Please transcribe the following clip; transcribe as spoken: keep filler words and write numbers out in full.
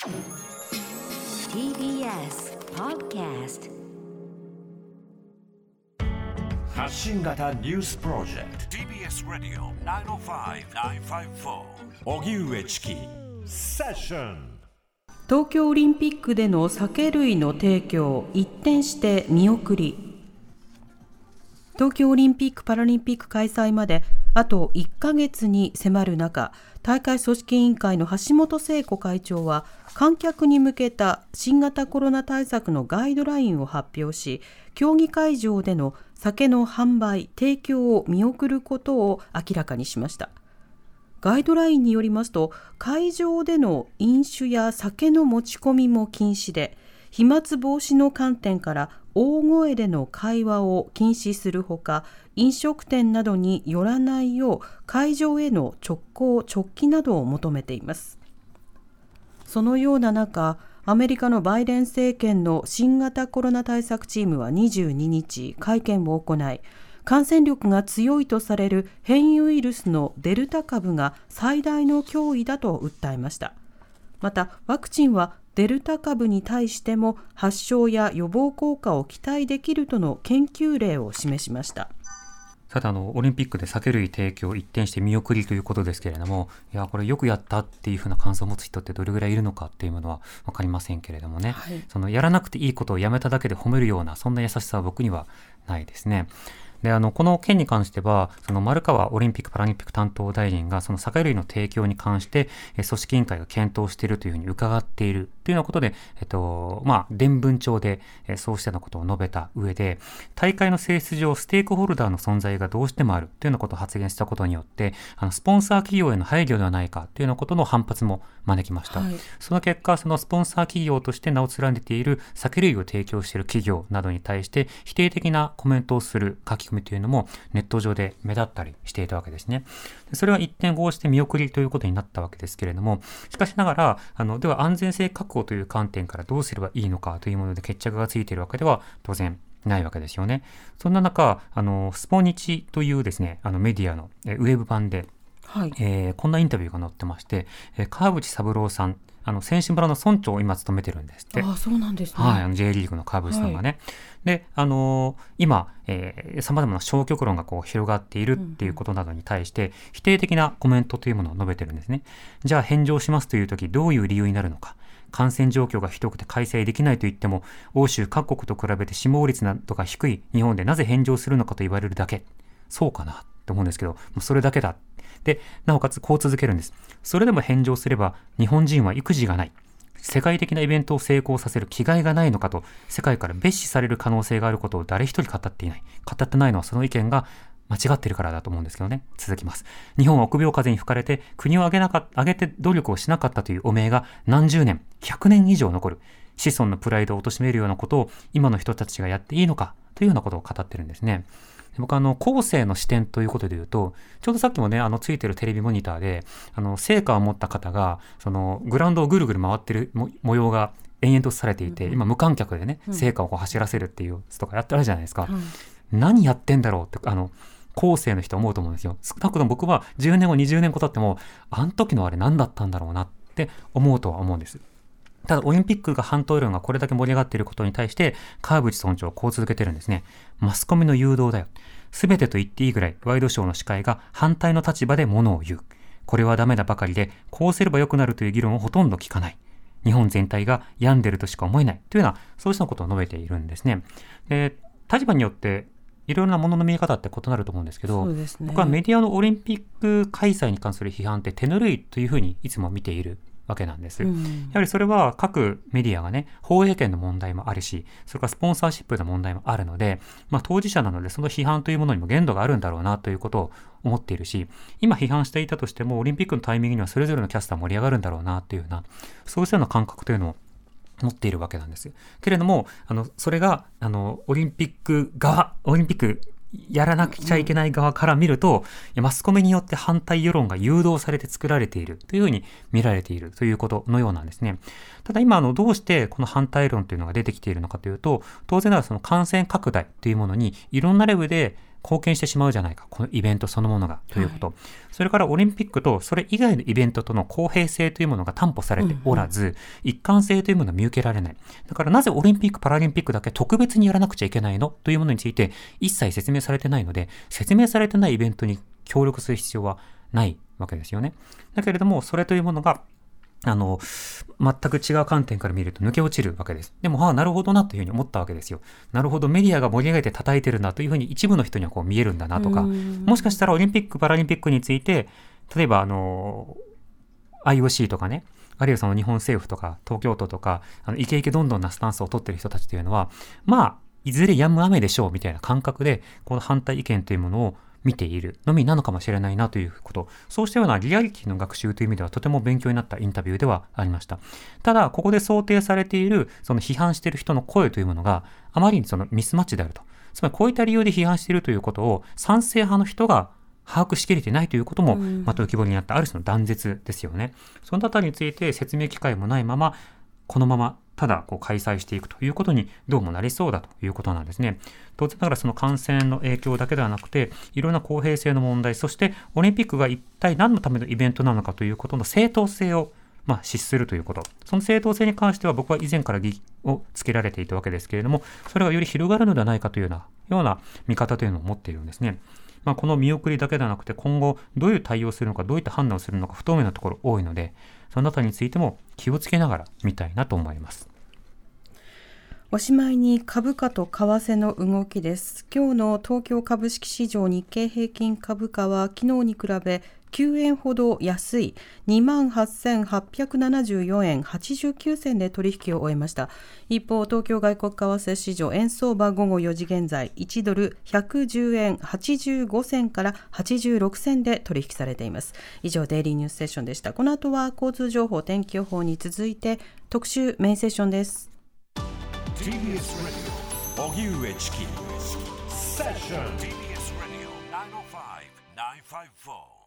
ティービーエス Podcast 発信型ニュースプロジェクト ティービーエス ラディオ きゅうまるご きゅうごよん荻上チキセッション。 東京オリンピックでの酒類の提供一転して見送り。東京オリンピック・パラリンピック開催まであといっかげつに迫る中、大会組織委員会の橋本聖子会長は観客に向けた新型コロナ対策のガイドラインを発表し、競技会場での酒の販売・提供を見送ることを明らかにしました。ガイドラインによりますと、会場での飲酒や酒の持ち込みも禁止で、飛沫防止の観点から大声での会話を禁止するほか、飲食店などに寄らないよう会場への直行直帰などを求めています。そのような中、アメリカのバイデン政権の新型コロナ対策チームはにじゅうににち会見を行い、感染力が強いとされる変異ウイルスのデルタ株が最大の脅威だと訴えました。また、ワクチンはデルタ株に対しても発症や予防効果を期待できるとの研究例を示しました。 さて、あのオリンピックで酒類提供を一転して見送りということですけれども、いやこれよくやったっていうふうな感想を持つ人ってどれぐらいいるのかっていうものは分かりませんけれどもね、はい、そのやらなくていいことをやめただけで褒めるようなそんな優しさは僕にはないですね。であのこの件に関しては、その丸川オリンピック・パラリンピック担当大臣がその酒類の提供に関して組織委員会が検討しているというふうに伺っているというようなことで、えっとまあ、伝聞帳でそうしたようなことを述べた上で、大会の性質上ステークホルダーの存在がどうしてもあるというようなことを発言したことによって、あのスポンサー企業への配慮ではないかというようなことの反発も招きました、はい、その結果、そのスポンサー企業として名を連ねている酒類を提供している企業などに対して否定的なコメントをする書き込みというのもネット上で目立ったりしていたわけですね。それは一点合して見送りということになったわけですけれども、しかしながらあのでは安全性確保という観点からどうすればいいのかというもので決着がついているわけでは当然ないわけですよね。そんな中、あのスポニチというですね、あのメディアのウェブ版で、はいえー、こんなインタビューが載ってまして、川淵三郎さん、あの選手村の村長を今務めてるんですって。 あ、そうなんですね。 はい、あの J リーグの川淵さんがね、はい、であのー、今、えー、様々な消極論がこう広がっているっていうことなどに対して、うんうん、否定的なコメントというものを述べてるんですね。じゃあ返上しますというときどういう理由になるのか。感染状況がひどくて開催できないと言っても、欧州各国と比べて死亡率などが低い日本でなぜ返上するのかと言われるだけ。そうかなと思うんですけど、もうそれだけだ。で、なおかつこう続けるんです。それでも返上すれば日本人は育児がない。世界的なイベントを成功させる気概がないのかと、世界から蔑視される可能性があることを誰一人語っていない。語ってないのはその意見が間違っているからだと思うんですけどね。続きます。日本は臆病風に吹かれて国を挙げなか、挙げて努力をしなかったという汚名が何十年、ひゃくねん以上残る。子孫のプライドを貶めるようなことを今の人たちがやっていいのかというようなことを語ってるんですね。僕はあの後世の視点ということで言うと、ちょうどさっきもね、あのついてるテレビモニターであの聖火を持った方がそのグラウンドをぐるぐる回ってる模様が延々とされていて、うん、今無観客でね、聖火をこう走らせるっていうやつとかやってあるじゃないですか、うん、何やってんだろうってあの後世の人は思うと思うんですよ。少なくとも僕はじゅうねんごにじゅうねんご経ってもあの時のあれ何だったんだろうなって思うとは思うんです。ただオリンピックが反対論がこれだけ盛り上がっていることに対して川淵村長はこう続けてるんですね。マスコミの誘導だよ。すべてと言っていいぐらいワイドショーの司会が反対の立場で物を言う。これはダメだばかりで、こうすれば良くなるという議論をほとんど聞かない。日本全体が病んでるとしか思えないというような、そうしたことを述べているんですね。で、立場によっていろいろなものの見え方って異なると思うんですけど、そうですね、僕はメディアのオリンピック開催に関する批判って手ぬるいというふうにいつも見ているわけなんです、うん、やはりそれは各メディアがね、放映権の問題もあるし、それからスポンサーシップの問題もあるので、まあ、当事者なのでその批判というものにも限度があるんだろうなということを思っているし、今批判していたとしてもオリンピックのタイミングにはそれぞれのキャスター盛り上がるんだろうなというような、そういうような感覚というのを持っているわけなんですけれども、あのそれがあのオリンピック側オリンピックやらなくちゃいけない側から見ると、マスコミによって反対世論が誘導されて作られているというふうに見られているということのようなんですね。ただ今あのどうしてこの反対論というのが出てきているのかというと、当然ながらその感染拡大というものにいろんなレベルで貢献してしまうじゃないか、このイベントそのものがということ、はい、それからオリンピックとそれ以外のイベントとの公平性というものが担保されておらず、うんうん、一貫性というものは見受けられない。だからなぜオリンピックパラリンピックだけ特別にやらなくちゃいけないのというものについて一切説明されてないので、説明されてないイベントに協力する必要はないわけですよね。だけれどもそれというものがあの全く違う観点から見ると抜け落ちるわけです。でも、ああなるほどなというふうに思ったわけですよ。なるほど、メディアが盛り上げて叩いてるなというふうに一部の人にはこう見えるんだなとか、もしかしたらオリンピックパラリンピックについて例えばあの アイオーシー とかね、あるいはその日本政府とか東京都とか、あのイケイケどんどんなスタンスを取っている人たちというのは、まあいずれ止む雨でしょうみたいな感覚でこの反対意見というものを見ているのみなのかもしれないなということ、そうしたようなリアリティの学習という意味ではとても勉強になったインタビューではありました。ただここで想定されているその批判している人の声というものがあまりにそのミスマッチであると、つまりこういった理由で批判しているということを賛成派の人が把握しきれていないということもまた浮き彫りになったある種の断絶ですよね。そのあたりについて説明機会もないままこのままただこう開催していくということにどうもなりそうだということなんですね。当然ながらその感染の影響だけではなくて、いろんな公平性の問題、そしてオリンピックが一体何のためのイベントなのかということの正当性をまあ視するということ、その正当性に関しては僕は以前から疑をつけられていたわけですけれども、それがより広がるのではないかというようなような見方というのを持っているんですね。まあ、この見送りだけではなくて今後どういう対応をするのか、どういった判断をするのか不透明なところ多いので、そのあたりについても気をつけながら見たいなと思います。 おしまいに株価と為替の動きです。今日の東京株式市場日経平均株価は昨日に比べきゅうえんほど安い にまんはっせんはっぴゃくななじゅうよえんはちじゅうきゅうせんで取引を終えました。一方、東京外国為替市場円相場午後よじ現在いちドルひゃくじゅうえんはちじゅうごせんからはちじゅうろくせんで取引されています。以上、デイリーニュースセッションでした。この後は交通情報、天気予報に続いて特集メインセッションです。 ティービーエス Radio 荻上チキセッション ティービーエス Radio ナインオーファイブ ナインファイブフォー